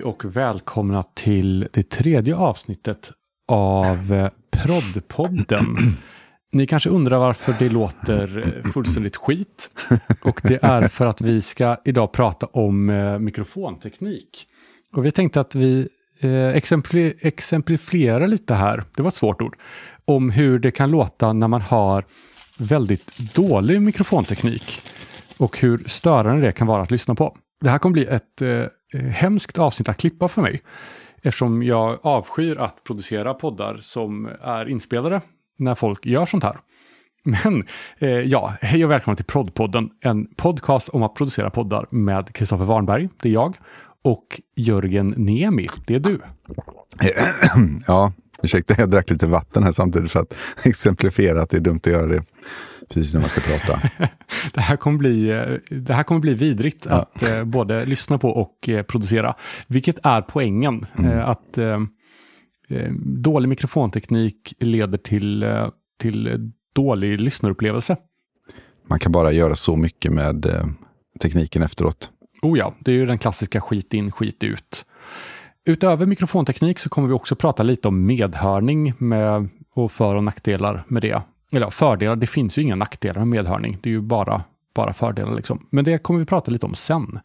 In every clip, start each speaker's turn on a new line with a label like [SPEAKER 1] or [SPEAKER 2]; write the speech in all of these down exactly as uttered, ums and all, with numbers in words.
[SPEAKER 1] och välkomna till det tredje avsnittet av Proddpodden. Ni kanske undrar varför det låter fullständigt skit. Och det är för att vi ska idag prata om eh, mikrofonteknik. Och vi tänkte att vi eh, exempli- exemplifierar lite här, det var ett svårt ord, om hur det kan låta när man har väldigt dålig mikrofonteknik. Och hur störande det kan vara att lyssna på. Det här kommer bli ett eh, hemskt avsnitt att klippa för mig. Eftersom jag avskyr att producera poddar som är inspelade när folk gör sånt här. Men eh, ja, hej och välkomna till Proddpodden. En podcast om att producera poddar med Kristoffer Warnberg, det är jag. Och Jörgen Niemi, det är du.
[SPEAKER 2] Ja, ursäkta, jag drack lite vatten här samtidigt för att exemplifiera att det är dumt att göra det precis när man ska prata.
[SPEAKER 1] det, här kommer bli, det här kommer bli vidrigt ja. att eh, både lyssna på och eh, producera. Vilket är poängen. Mm. Eh, att eh, dålig mikrofonteknik leder till, eh, till dålig lyssnarupplevelse.
[SPEAKER 2] Man kan bara göra så mycket med eh, tekniken efteråt.
[SPEAKER 1] Oh ja, det är ju den klassiska skit in, skit ut. Utöver mikrofonteknik så kommer vi också prata lite om medhörning med, och för- och nackdelar med det. Eller fördelar, det finns ju inga nackdelar med medhörning. Det är ju bara, bara fördelar liksom. Men det kommer vi prata lite om sen.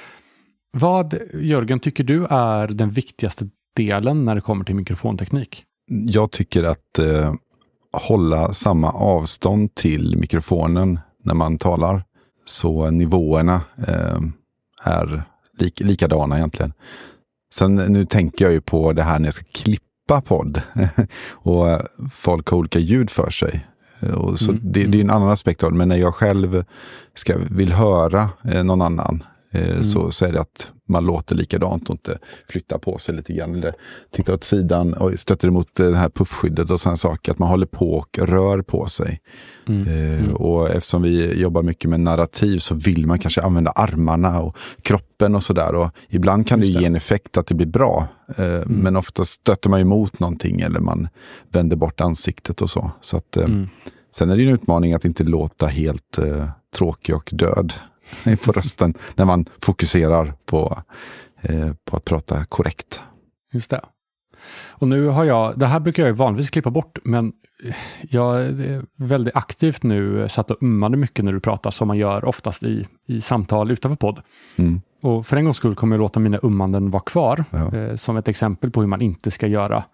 [SPEAKER 1] Vad, Jörgen, tycker du är den viktigaste delen när det kommer till mikrofonteknik?
[SPEAKER 2] Jag tycker att eh, hålla samma avstånd till mikrofonen när man talar. Så nivåerna eh, är lik, likadana egentligen. Sen nu tänker jag ju på det här när jag ska klippa podd. och folk har olika ljud för sig. Och så
[SPEAKER 1] mm,
[SPEAKER 2] det,
[SPEAKER 1] mm.
[SPEAKER 2] det är en annan aspekt av det. Men när jag själv ska, vill höra eh, någon annan eh, mm. så, så är det att man låter likadant och inte flyttar på sig lite grann. Eller tittar åt sidan och stöter emot det här puffskyddet och sådana saker. Att man håller på och rör på sig. Mm. Eh, mm. Och eftersom vi jobbar mycket med narrativ så vill man kanske använda armarna och kroppen och sådär. Och ibland kan det, det ge en effekt att det blir bra. Eh, mm. Men ofta stöter man emot någonting eller man vänder bort ansiktet och så. Så att, eh, mm. Sen är det en utmaning att inte låta helt eh, tråkig och död på rösten när man fokuserar på, eh, på att prata korrekt.
[SPEAKER 1] Just det. Och nu har jag, det här brukar jag ju vanligtvis klippa bort, men jag är väldigt aktivt nu satt och ummade mycket när du pratar som man gör oftast i, i samtal utanför podd. Mm. Och för en gångs skull kommer jag låta mina ummanden vara kvar ja. eh, som ett exempel på hur man inte ska göra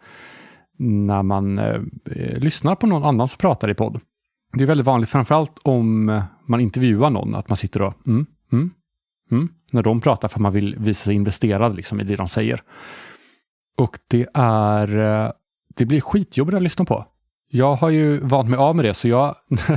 [SPEAKER 1] när man eh, lyssnar på någon annan som pratar i podd. Det är väldigt vanligt, framförallt om man intervjuar någon, att man sitter och mm, mm, mm, när de pratar för att man vill visa sig investerad liksom, i det de säger. Och det är det blir skitjobbigt att lyssna på. Jag har ju vant mig av med det, så jag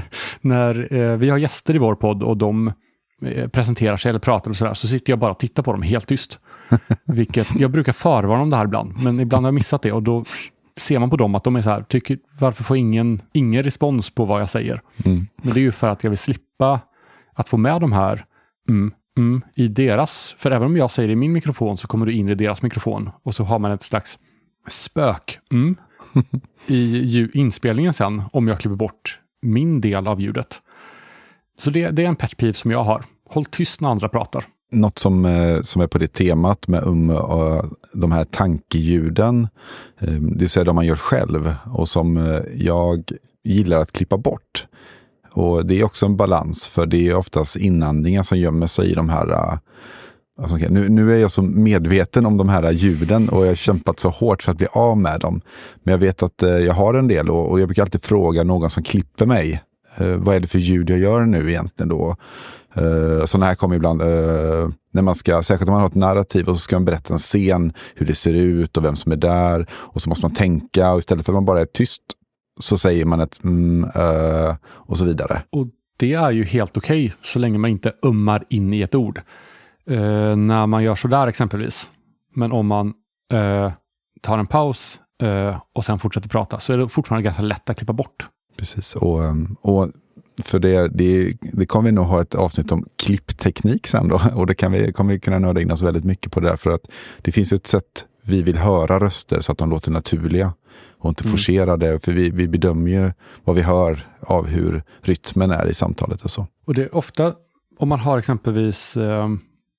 [SPEAKER 1] när eh, vi har gäster i vår podd och de eh, presenterar sig eller pratar och sådär, så sitter jag bara och tittar på dem helt tyst. Vilket, jag brukar förvarna om det här ibland, men ibland har jag missat det och då ser man på dem att de är så här, tycker, varför får ingen, ingen respons på vad jag säger? Mm. Men det är ju för att jag vill slippa att få med de här mm, mm, i deras, för även om jag säger i min mikrofon så kommer du in i deras mikrofon och så har man ett slags spök mm, i ljud, inspelningen sen om jag klipper bort min del av ljudet. Så det, det är en pet peeve som jag har. Håll tyst när andra pratar.
[SPEAKER 2] Något som, som är på det temat med um och de här tankeljuden, det vill säga de man gör själv och som jag gillar att klippa bort. Och det är också en balans, för det är oftast inandningar som gömmer sig i de här. Alltså, nu, nu är jag så medveten om de här ljuden och jag har kämpat så hårt för att bli av med dem. Men jag vet att jag har en del och, och jag brukar alltid fråga någon som klipper mig. Uh, vad är det för ljud jag gör nu egentligen då? Uh, sådana här kommer ibland uh, när man ska, särskilt om man har ett narrativ och så ska man berätta en scen, hur det ser ut och vem som är där, och så måste man tänka, och istället för att man bara är tyst så säger man ett mm, uh, och så vidare.
[SPEAKER 1] Och det är ju helt okej okay, så länge man inte ummar in i ett ord. Uh, när man gör så där exempelvis. Men om man uh, tar en paus uh, och sen fortsätter prata, så är det fortfarande ganska lätt att klippa bort.
[SPEAKER 2] Precis, och, och för det, det, det kommer vi nog ha ett avsnitt om klippteknik sen då, och det kan vi, kommer vi kunna nörda in oss väldigt mycket på det där, för att det finns ett sätt vi vill höra röster så att de låter naturliga och inte forcerade, mm. för vi, vi bedömer ju vad vi hör av hur rytmen är i samtalet och så.
[SPEAKER 1] Och det är ofta, om man har exempelvis eh,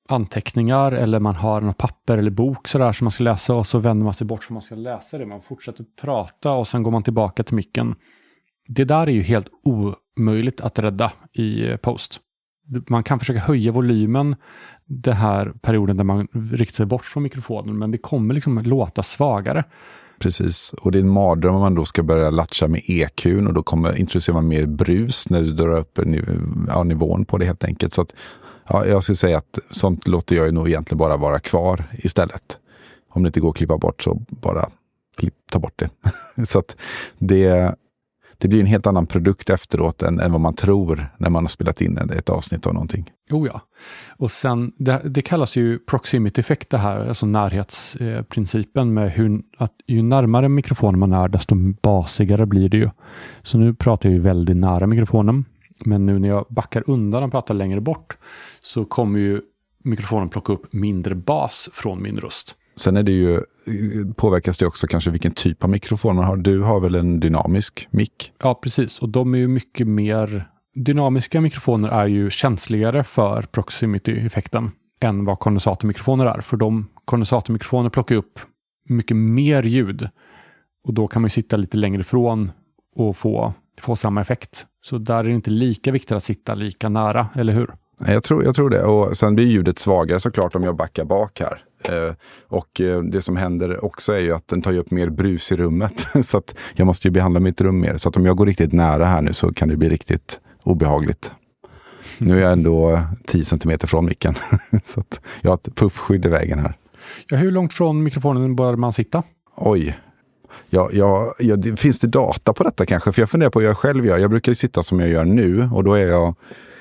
[SPEAKER 1] anteckningar eller man har något papper eller bok sådär som man ska läsa och så vänder man sig bort för man ska läsa det. Man fortsätter prata och sen går man tillbaka till micken. Det där är ju helt omöjligt att rädda i post. Man kan försöka höja volymen den här perioden där man riktar sig bort från mikrofonen, men det kommer liksom låta svagare.
[SPEAKER 2] Precis, och det är en mardröm om man då ska börja latcha med E Q:n och då kommer introducera man mer brus när du drar upp niv- ja, nivån på det helt enkelt. Så att, ja, jag skulle säga att sånt låter jag ju nog egentligen bara vara kvar istället. Om det inte går att klippa bort så bara klipp, ta bort det. Så att det, det blir en helt annan produkt efteråt än, än vad man tror när man har spelat in ett avsnitt av någonting.
[SPEAKER 1] Oh ja. Och sen, det, det kallas ju proximity effect det här, alltså närhetsprincipen med hur, att ju närmare mikrofonen man är desto basigare blir det ju. Så nu pratar jag ju väldigt nära mikrofonen, men nu när jag backar undan och pratar längre bort så kommer ju mikrofonen plocka upp mindre bas från min röst.
[SPEAKER 2] Sen är det ju, påverkas det också kanske vilken typ av mikrofon man har. Du har väl en dynamisk mick?
[SPEAKER 1] Ja, precis. Och de är ju mycket mer... Dynamiska mikrofoner är ju känsligare för proximity-effekten än vad kondensatormikrofoner är. För de kondensatormikrofoner plockar upp mycket mer ljud. Och då kan man ju sitta lite längre ifrån och få, få samma effekt. Så där är det inte lika viktigt att sitta lika nära, eller hur?
[SPEAKER 2] Jag tror, jag tror det. Och sen blir ljudet svagare såklart om jag backar bak här. Eh, och eh, det som händer också är ju att den tar ju upp mer brus i rummet. Så att jag måste ju behandla mitt rum mer. Så att om jag går riktigt nära här nu så kan det bli riktigt obehagligt. Nu är jag ändå tio centimeter från micken. Så att jag har ett puffskydd i vägen här.
[SPEAKER 1] Ja, hur långt från mikrofonen bör man sitta?
[SPEAKER 2] Oj. Ja, ja, ja, det, finns det data på detta kanske? För jag funderar på hur jag själv gör. Jag brukar ju sitta som jag gör nu och då är jag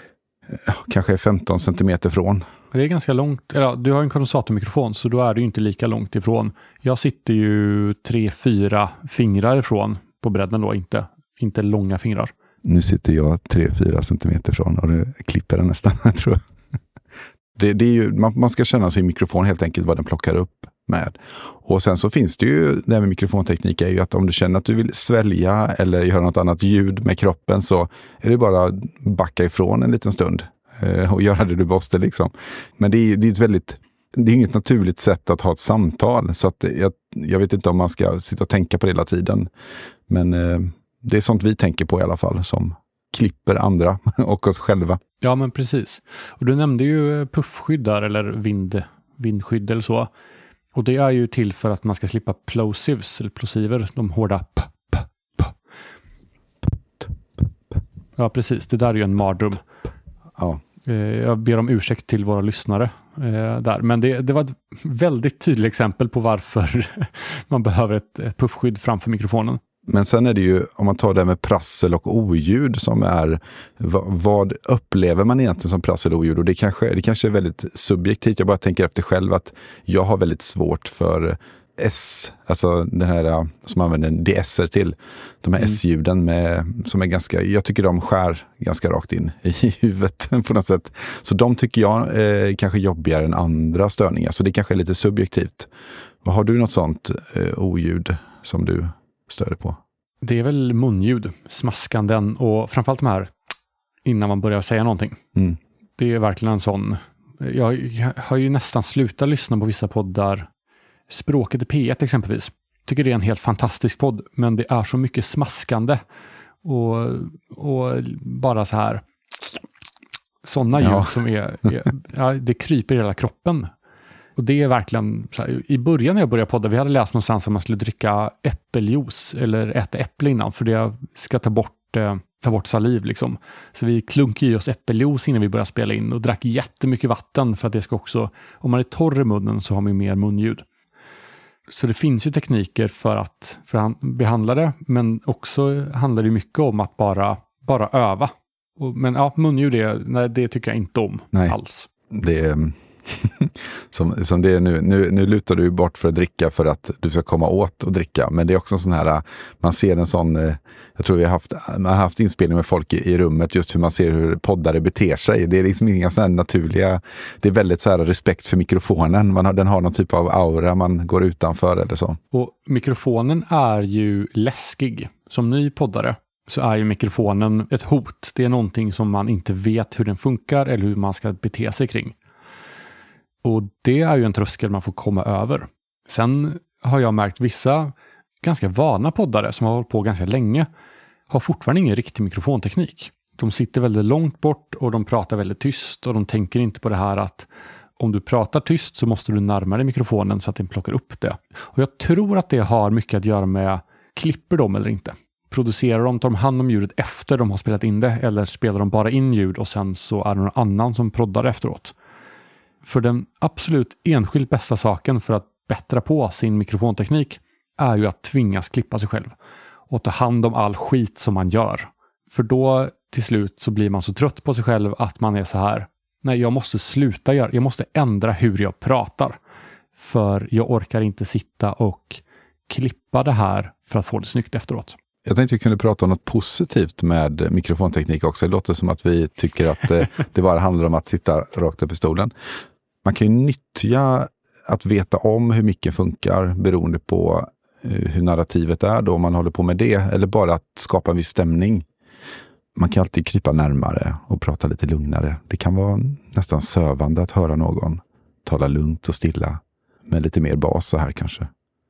[SPEAKER 2] kanske femton centimeter från.
[SPEAKER 1] Det är ganska långt. Eller, du har en kondensatormikrofon så då är det ju inte lika långt ifrån. Jag sitter ju tre, fyra fingrar ifrån på bredden då, inte, inte långa fingrar.
[SPEAKER 2] Nu sitter jag tre, fyra centimeter från och det klipper den nästan, jag tror. Det, det är ju, man, man ska känna sin mikrofon helt enkelt vad den plockar upp med. Och sen så finns det ju, det här med mikrofonteknik är ju att om du känner att du vill svälja eller göra något annat ljud med kroppen så är det bara att backa ifrån en liten stund och göra det du måste liksom. Men det är, det är ett väldigt, det är inget naturligt sätt att ha ett samtal så att jag, jag vet inte om man ska sitta och tänka på det hela tiden. Men eh, det är sånt vi tänker på i alla fall som klipper andra och oss själva.
[SPEAKER 1] Ja, men precis. Och du nämnde ju puffskydd där eller vind, vindskydd eller så. Och det är ju till för att man ska slippa plosives eller plosiver, de hårda p, p, p. Ja, precis. Det där är ju en mardröm.
[SPEAKER 2] Ja.
[SPEAKER 1] Jag ber om ursäkt till våra lyssnare eh, där. Men det, det var ett väldigt tydligt exempel på varför man behöver ett, ett puffskydd framför mikrofonen.
[SPEAKER 2] Men sen är det ju, om man tar det med prassel och oljud som är, vad, vad upplever man egentligen som prassel och oljud? Och det kanske, det kanske är väldigt subjektivt, jag bara tänker efter själv att jag har väldigt svårt för S, alltså den här som man använder D S R till, de här mm. S-ljuden med, som är ganska, jag tycker de skär ganska rakt in i huvudet på något sätt. Så de tycker jag är kanske jobbigare än andra störningar, så det kanske är lite subjektivt. Har du något sånt eh, oljud som du större på?
[SPEAKER 1] Det är väl munljud, smaskanden och framförallt de här innan man börjar säga någonting. Mm. Det är verkligen en sån. Jag, jag har ju nästan slutat lyssna på vissa poddar. Språket i P ett exempelvis. Tycker det är en helt fantastisk podd, men det är så mycket smaskande och, och bara så här sådana ljud ja. som är, är ja, det kryper i hela kroppen. Och det är verkligen, så här, i början när jag började podda, vi hade läst någonstans att man skulle dricka äppeljuice eller äta äpple innan, för det ska ta bort, eh, ta bort saliv liksom. Så vi klunkade i oss äppeljuice innan vi började spela in och drack jättemycket vatten för att det ska också, om man är torr i munnen så har man mer munljud. Så det finns ju tekniker för att, för att behandla det, men också handlar det mycket om att bara, bara öva. Och, men ja, munljud, det, nej, det tycker jag inte om nej. alls.
[SPEAKER 2] Det är... som, som det är nu, nu, nu lutar du bort för att dricka för att du ska komma åt och dricka, men det är också en sån här, man ser en sån, jag tror vi har haft, man har haft inspelning med folk i, i rummet, just hur man ser hur poddare beter sig, det är liksom inga sådana naturliga, det är väldigt så här respekt för mikrofonen, man har, den har någon typ av aura man går utanför eller så. Och
[SPEAKER 1] mikrofonen är ju läskig, som ny poddare så är ju mikrofonen ett hot, det är någonting som man inte vet hur den funkar eller hur man ska bete sig kring. Och det är ju en tröskel man får komma över. Sen har jag märkt vissa ganska vana poddare som har hållit på ganska länge har fortfarande ingen riktig mikrofonteknik. De sitter väldigt långt bort och de pratar väldigt tyst och de tänker inte på det här att om du pratar tyst så måste du närma dig mikrofonen så att den plockar upp det. Och jag tror att det har mycket att göra med klipper de eller inte. Producerar de, tar de hand om ljudet efter de har spelat in det eller spelar de bara in ljud och sen så är det någon annan som proddar efteråt. För den absolut enskilt bästa saken för att bättra på sin mikrofonteknik är ju att tvingas klippa sig själv och ta hand om all skit som man gör. För då till slut så blir man så trött på sig själv att man är så här: nej, jag måste sluta göra, jag måste ändra hur jag pratar. För jag orkar inte sitta och klippa det här för att få det snyggt efteråt.
[SPEAKER 2] Jag tänkte vi kunde prata om något positivt med mikrofonteknik också. Det låter som att vi tycker att det, det bara handlar om att sitta rakt upp i stolen. Man kan ju nyttja att veta om hur micken funkar beroende på hur narrativet är då, om man håller på med det, eller bara att skapa en viss stämning. Man kan alltid krypa närmare och prata lite lugnare. Det kan vara nästan sövande att höra någon tala lugnt och stilla med lite mer bas så här kanske.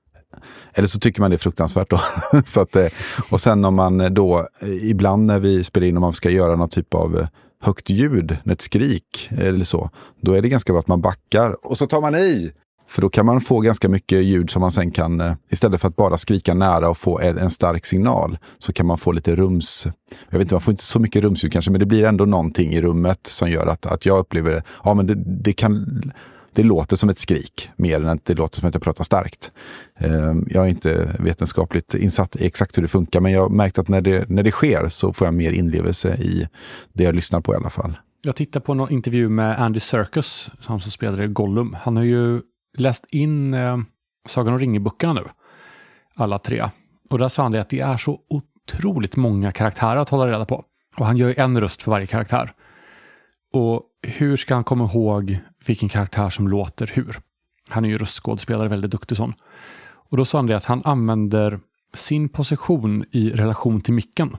[SPEAKER 2] Eller så tycker man det är fruktansvärt då. så att, och sen om man då, ibland när vi spelar in, om man ska göra någon typ av högt ljud, ett skrik eller så, då är det ganska bra att man backar och så tar man i. För då kan man få ganska mycket ljud som man sen kan, istället för att bara skrika nära och få en stark signal, så kan man få lite rums. Jag vet inte, man får inte så mycket rumsljud kanske, men det blir ändå någonting i rummet som gör att, att jag upplever det. Ja, men det, det kan... Det låter som ett skrik mer än att det låter som att jag pratar starkt. Jag är inte vetenskapligt insatt i exakt hur det funkar, men jag har märkt att när det, när det sker så får jag mer inlevelse i det jag lyssnar på i alla fall.
[SPEAKER 1] Jag tittar på någon intervju med Andy Serkis, han som spelade Gollum. Han har ju läst in eh, Sagan om ringen-böckerna nu, alla tre. Och där sa han det att det är så otroligt många karaktärer att hålla reda på. Och han gör ju en röst för varje karaktär. Och hur ska han komma ihåg vilken karaktär som låter hur? Han är ju röstskådespelare, väldigt duktig sån. Och då sa han det att han använder sin position i relation till micken.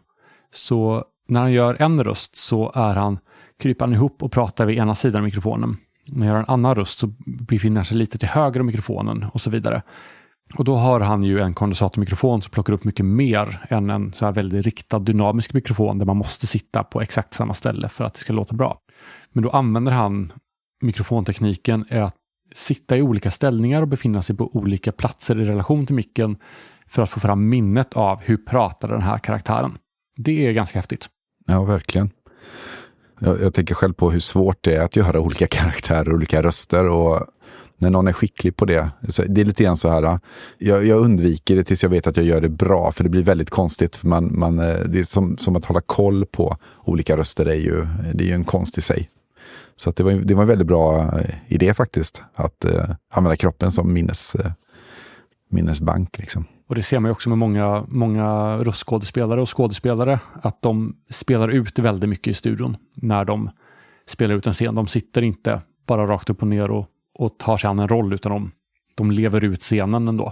[SPEAKER 1] Så när han gör en röst så är han, kryper han ihop och pratar vid ena sidan av mikrofonen. När han gör en annan röst så befinner han sig lite till höger om mikrofonen och så vidare. Och då har han ju en kondensatormikrofon som plockar upp mycket mer än en så här väldigt riktad dynamisk mikrofon där man måste sitta på exakt samma ställe för att det ska låta bra. Men då använder han mikrofontekniken är att sitta i olika ställningar och befinna sig på olika platser i relation till micken för att få fram minnet av hur pratar den här karaktären. Det är ganska häftigt.
[SPEAKER 2] Ja, verkligen. Jag, jag tänker själv på hur svårt det är att göra olika karaktärer och olika röster, och när någon är skicklig på det. Så det är lite grann så här, jag, jag undviker det tills jag vet att jag gör det bra, för det blir väldigt konstigt. För man, man, det är som, som att hålla koll på olika röster, är ju, det är ju en konst i sig. Så att det, var, det var en väldigt bra idé faktiskt, att eh, använda kroppen som minnes, eh, minnesbank. Liksom.
[SPEAKER 1] Och det ser man ju också med många, många röstskådespelare och skådespelare, att de spelar ut väldigt mycket i studion när de spelar ut en scen. De sitter inte bara rakt upp och ner och och tar sig an en roll, utan de, de lever ut scenen ändå.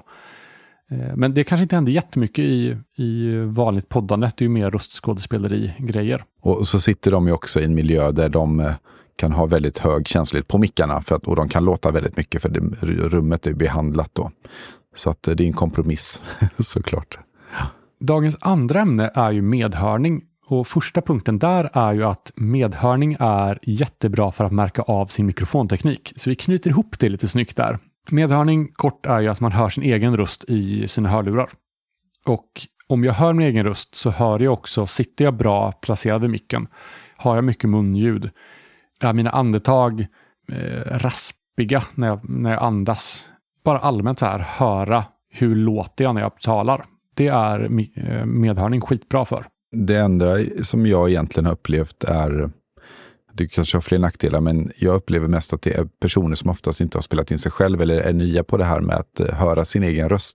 [SPEAKER 1] Eh, men det kanske inte händer jättemycket i, i vanligt poddandet. Det är ju mer röstskådespeleri-grejer.
[SPEAKER 2] Och så sitter de ju också i en miljö där de eh, kan ha väldigt hög känslighet på mickarna, för att, och de kan låta väldigt mycket, för det, rummet är behandlat då. Så att eh, det är en kompromiss, såklart.
[SPEAKER 1] Dagens andra ämne är ju medhörning. Och första punkten där är ju att medhörning är jättebra för att märka av sin mikrofonteknik. Så vi knyter ihop det lite snyggt där. Medhörning kort är ju att man hör sin egen röst i sina hörlurar. Och om jag hör min egen röst så hör jag också, sitter jag bra placerad vid micken? Har jag mycket munljud? Är mina andetag eh, raspiga när jag, när jag andas? Bara allmänt så här, höra hur låter jag när jag talar. Det är medhörning skitbra för.
[SPEAKER 2] Det enda som jag egentligen har upplevt är, det kanske har fler nackdelar, men jag upplever mest att det är personer som oftast inte har spelat in sig själv eller är nya på det här med att höra sin egen röst,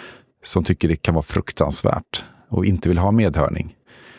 [SPEAKER 2] som tycker det kan vara fruktansvärt och inte vill ha medhörning.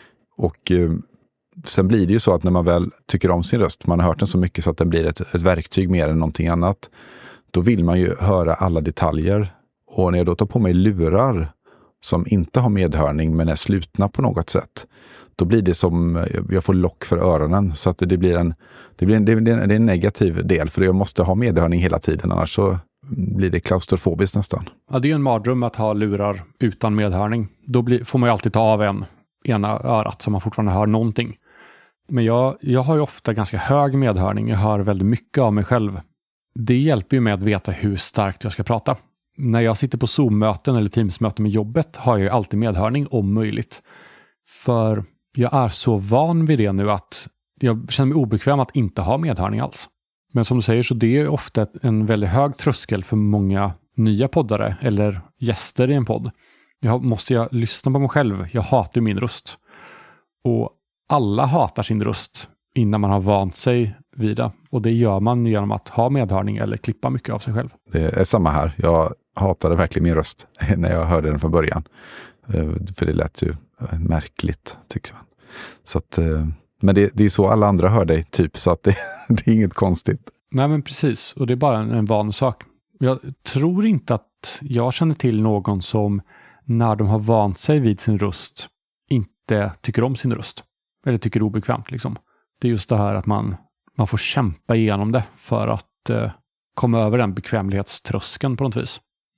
[SPEAKER 2] Och eh, sen blir det ju så att när man väl tycker om sin röst, man har hört den så mycket så att den blir ett, ett verktyg mer än någonting annat, då vill man ju höra alla detaljer. Och när jag då tar på mig lurar som inte har medhörning men är slutna på något sätt, då blir det som, jag får lock för öronen, så att det blir en, det blir en, det är en negativ del, för jag måste ha medhörning hela tiden, annars så blir det klaustrofobiskt nästan.
[SPEAKER 1] Ja, det är ju en mardröm att ha lurar utan medhörning. Då blir, får man ju alltid ta av en ena örat så man fortfarande hör någonting. Men jag, jag har ju ofta ganska hög medhörning. Jag hör väldigt mycket av mig själv. Det hjälper ju mig att veta hur starkt jag ska prata. När jag sitter på Zoom-möten eller Teams-möten med jobbet har jag ju alltid medhörning om möjligt. För jag är så van vid det nu att jag känner mig obekväm att inte ha medhörning alls. Men som du säger, så det är ofta en väldigt hög tröskel för många nya poddare eller gäster i en podd. Jag måste jag lyssna på mig själv. Jag hatar min röst. Och alla hatar sin röst innan man har vant sig vid det. Och det gör man genom att ha medhörning eller klippa mycket av sig själv.
[SPEAKER 2] Det är samma här. Jag hatade verkligen min röst när jag hörde den från början. För det lät ju märkligt, tycker jag. Så att, men det, det är så alla andra hör dig, typ. Så att det, det är inget konstigt.
[SPEAKER 1] Nej, men precis. Och det är bara en, en van sak. Jag tror inte att jag känner till någon som när de har vant sig vid sin röst inte tycker om sin röst. Eller tycker det är obekvämt liksom. Det är just det här att man, man får kämpa igenom det för att eh, komma över den bekvämlighetströskeln på något vis.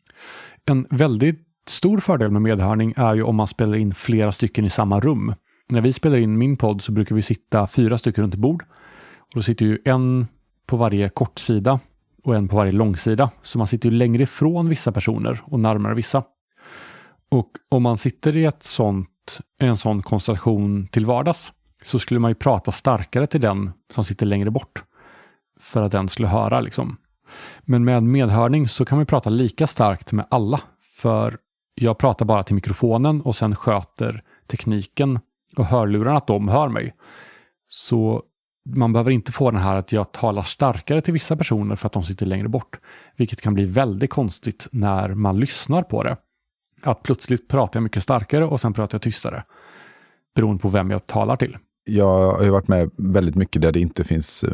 [SPEAKER 1] En väldigt stor fördel med medhörning är ju om man spelar in flera stycken i samma rum. När vi spelar in min podd så brukar vi sitta fyra stycken runt ett bord. Och då sitter ju en på varje kortsida och en på varje långsida. Så man sitter ju längre ifrån vissa personer och närmare vissa. Och om man sitter i ett sånt, en sån konstellation till vardags så skulle man ju prata starkare till den som sitter längre bort. För att den skulle höra liksom. Men med medhörning så kan man prata lika starkt med alla. För jag pratar bara till mikrofonen och sen sköter tekniken och hörlurarna att de hör mig. Så man behöver inte få den här att jag talar starkare till vissa personer för att de sitter längre bort. Vilket kan bli väldigt konstigt när man lyssnar på det. Att plötsligt pratar jag mycket starkare och sen pratar jag tystare. Beroende på vem jag talar till.
[SPEAKER 2] Jag har ju varit med väldigt mycket där det inte finns,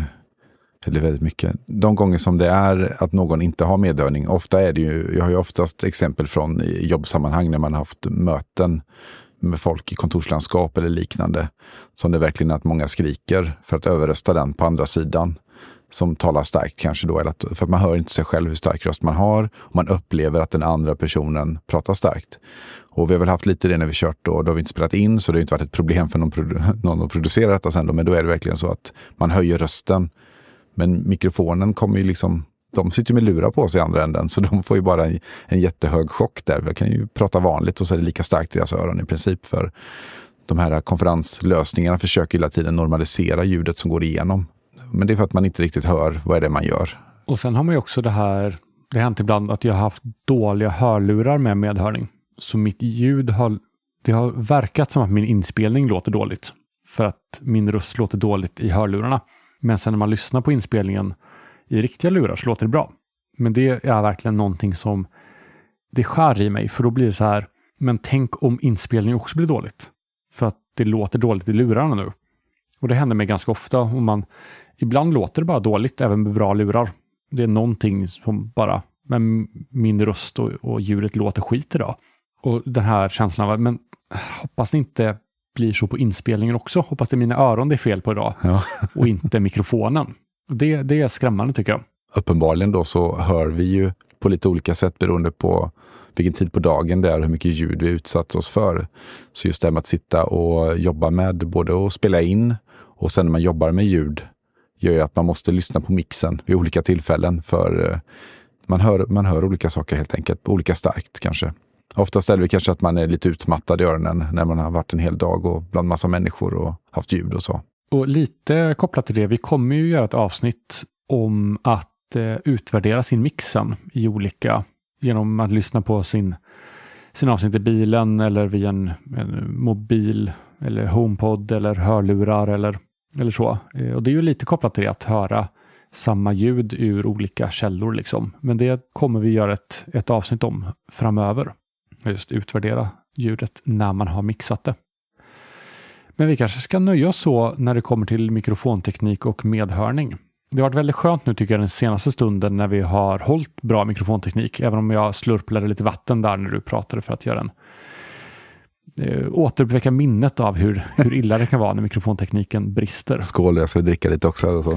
[SPEAKER 2] eller väldigt mycket, de gånger som det är att någon inte har medhörning. Ofta är det ju, jag har ju oftast exempel från jobbsammanhang när man har haft möten med folk i kontorslandskap eller liknande. Som det verkligen är att många skriker för att överrösta den på andra sidan. Som talar starkt kanske då, eller att, för att man hör inte sig själv hur stark röst man har. Och man upplever att den andra personen pratar starkt. Och vi har väl haft lite det när vi kört då, då har vi inte spelat in, så det har inte varit ett problem för någon, produ- någon att producera detta sen då. Men då är det verkligen så att man höjer rösten. Men mikrofonen kommer ju liksom, de sitter ju med lurar på sig i andra änden, så de får ju bara en, en jättehög chock där. Vi kan ju prata vanligt och så är det lika starkt i deras öron i princip, för de här konferenslösningarna försöker hela tiden normalisera ljudet som går igenom. Men det är för att man inte riktigt hör vad är det man gör. Och
[SPEAKER 1] sen har man ju också det här, det har hänt ibland att jag har haft dåliga hörlurar med medhörning. Så mitt ljud har, det har verkat som att min inspelning låter dåligt. För att min röst låter dåligt i hörlurarna. Men sen när man lyssnar på inspelningen i riktiga lurar så låter det bra. Men det är verkligen någonting som det skär i mig. För då blir det så här, men tänk om inspelningen också blir dåligt. För att det låter dåligt i lurarna nu. Och det händer mig ganska ofta. Och man, ibland låter det bara dåligt även med bra lurar. Det är någonting som bara, men min röst och, och ljudet låter skit idag. Och den här känslan av, men hoppas det inte blir så på inspelningen också. Hoppas det är mina öron det är fel på idag. Ja. Och inte mikrofonen. Det, det är skrämmande tycker jag. Uppenbarligen då så hör vi ju på lite olika sätt beroende på vilken tid på dagen det är och hur mycket ljud vi utsatt oss för. Så just det med att sitta och jobba med både att spela in och sen när man jobbar med ljud gör ju att man måste lyssna på mixen vid olika tillfällen, för man hör, man hör olika saker helt enkelt, olika starkt kanske. Oftast är det kanske att man är lite utmattad i öronen när man har varit en hel dag och bland massa människor och haft ljud och så. Och lite kopplat till det, vi kommer ju göra ett avsnitt om att eh, utvärdera sin mixen i olika, genom att lyssna på sin, sin avsnitt i bilen eller via en, en mobil eller HomePod eller hörlurar eller, eller så. Eh, och det är ju lite kopplat till det, att höra samma ljud ur olika källor liksom. Men det kommer vi göra ett, ett avsnitt om framöver. Just utvärdera ljudet när man har mixat det. Men vi kanske ska nöja oss så när det kommer till mikrofonteknik och medhörning. Det har varit väldigt skönt nu tycker jag den senaste stunden när vi har hållit bra mikrofonteknik. Även om jag slurplade lite vatten där när du pratade för att göra en eh, återuppväcka minnet av hur, hur illa det kan vara när mikrofontekniken brister.
[SPEAKER 2] Skål, jag ska dricka lite också. Alltså.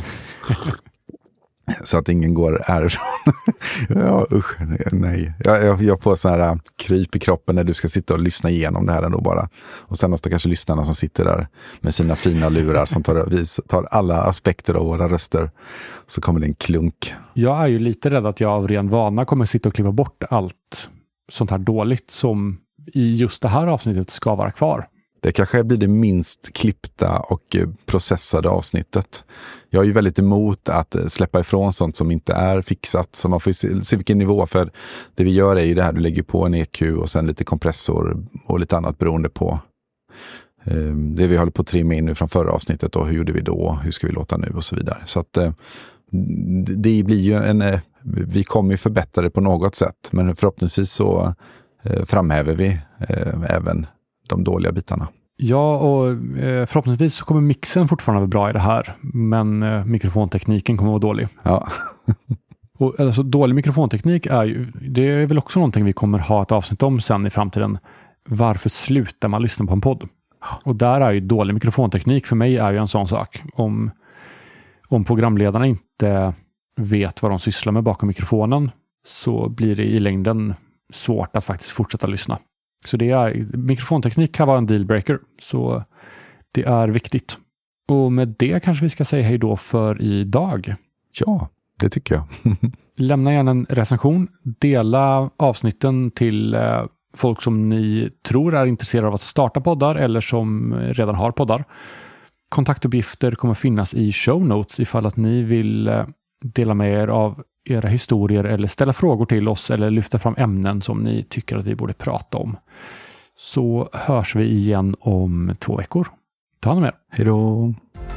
[SPEAKER 2] Så att ingen går härifrån. Ja, usch, nej. Jag, jag, jag får sån här kryp i kroppen när du ska sitta och lyssna igenom det här ändå bara. Och sen står kanske lyssnarna som sitter där med sina fina lurar som tar, vis, tar alla aspekter av våra röster. Så kommer det en klunk.
[SPEAKER 1] Jag är ju lite rädd att jag av ren vana kommer sitta och klippa bort allt sånt här dåligt som i just det här avsnittet ska vara kvar.
[SPEAKER 2] Det kanske blir det minst klippta och processade avsnittet. Jag är ju väldigt emot att släppa ifrån sånt som inte är fixat. Så man får se, se vilken nivå. För det vi gör är ju det här, du lägger på en E Q och sen lite kompressor och lite annat beroende på. Det vi håller på att trimma in nu från förra avsnittet och hur gjorde vi då? Hur ska vi låta nu? Och så vidare. Så att det blir ju en... Vi kommer ju förbättra det på något sätt. Men förhoppningsvis så framhäver vi även de dåliga bitarna.
[SPEAKER 1] Ja, och eh, förhoppningsvis så kommer mixen fortfarande vara bra i det här. Men eh, mikrofontekniken kommer vara dålig.
[SPEAKER 2] Ja.
[SPEAKER 1] Och, alltså, dålig mikrofonteknik är ju, det är väl också någonting vi kommer ha ett avsnitt om sen i framtiden. Varför slutar man lyssna på en podd? Och där är ju dålig mikrofonteknik för mig är ju en sån sak. Om, om programledarna inte vet vad de sysslar med bakom mikrofonen så blir det i längden svårt att faktiskt fortsätta lyssna. Så det är, mikrofonteknik kan vara en dealbreaker. Så det är viktigt. Och med det kanske vi ska säga hej då för idag.
[SPEAKER 2] Ja, det tycker jag.
[SPEAKER 1] Lämna gärna en recension. Dela avsnitten till eh, folk som ni tror är intresserade av att starta poddar eller som redan har poddar. Kontaktuppgifter kommer finnas i show notes ifall att ni vill eh, dela med er av era historier eller ställa frågor till oss eller lyfta fram ämnen som ni tycker att vi borde prata om. Så hörs vi igen om två veckor. Ta hand om er.
[SPEAKER 2] Hej då!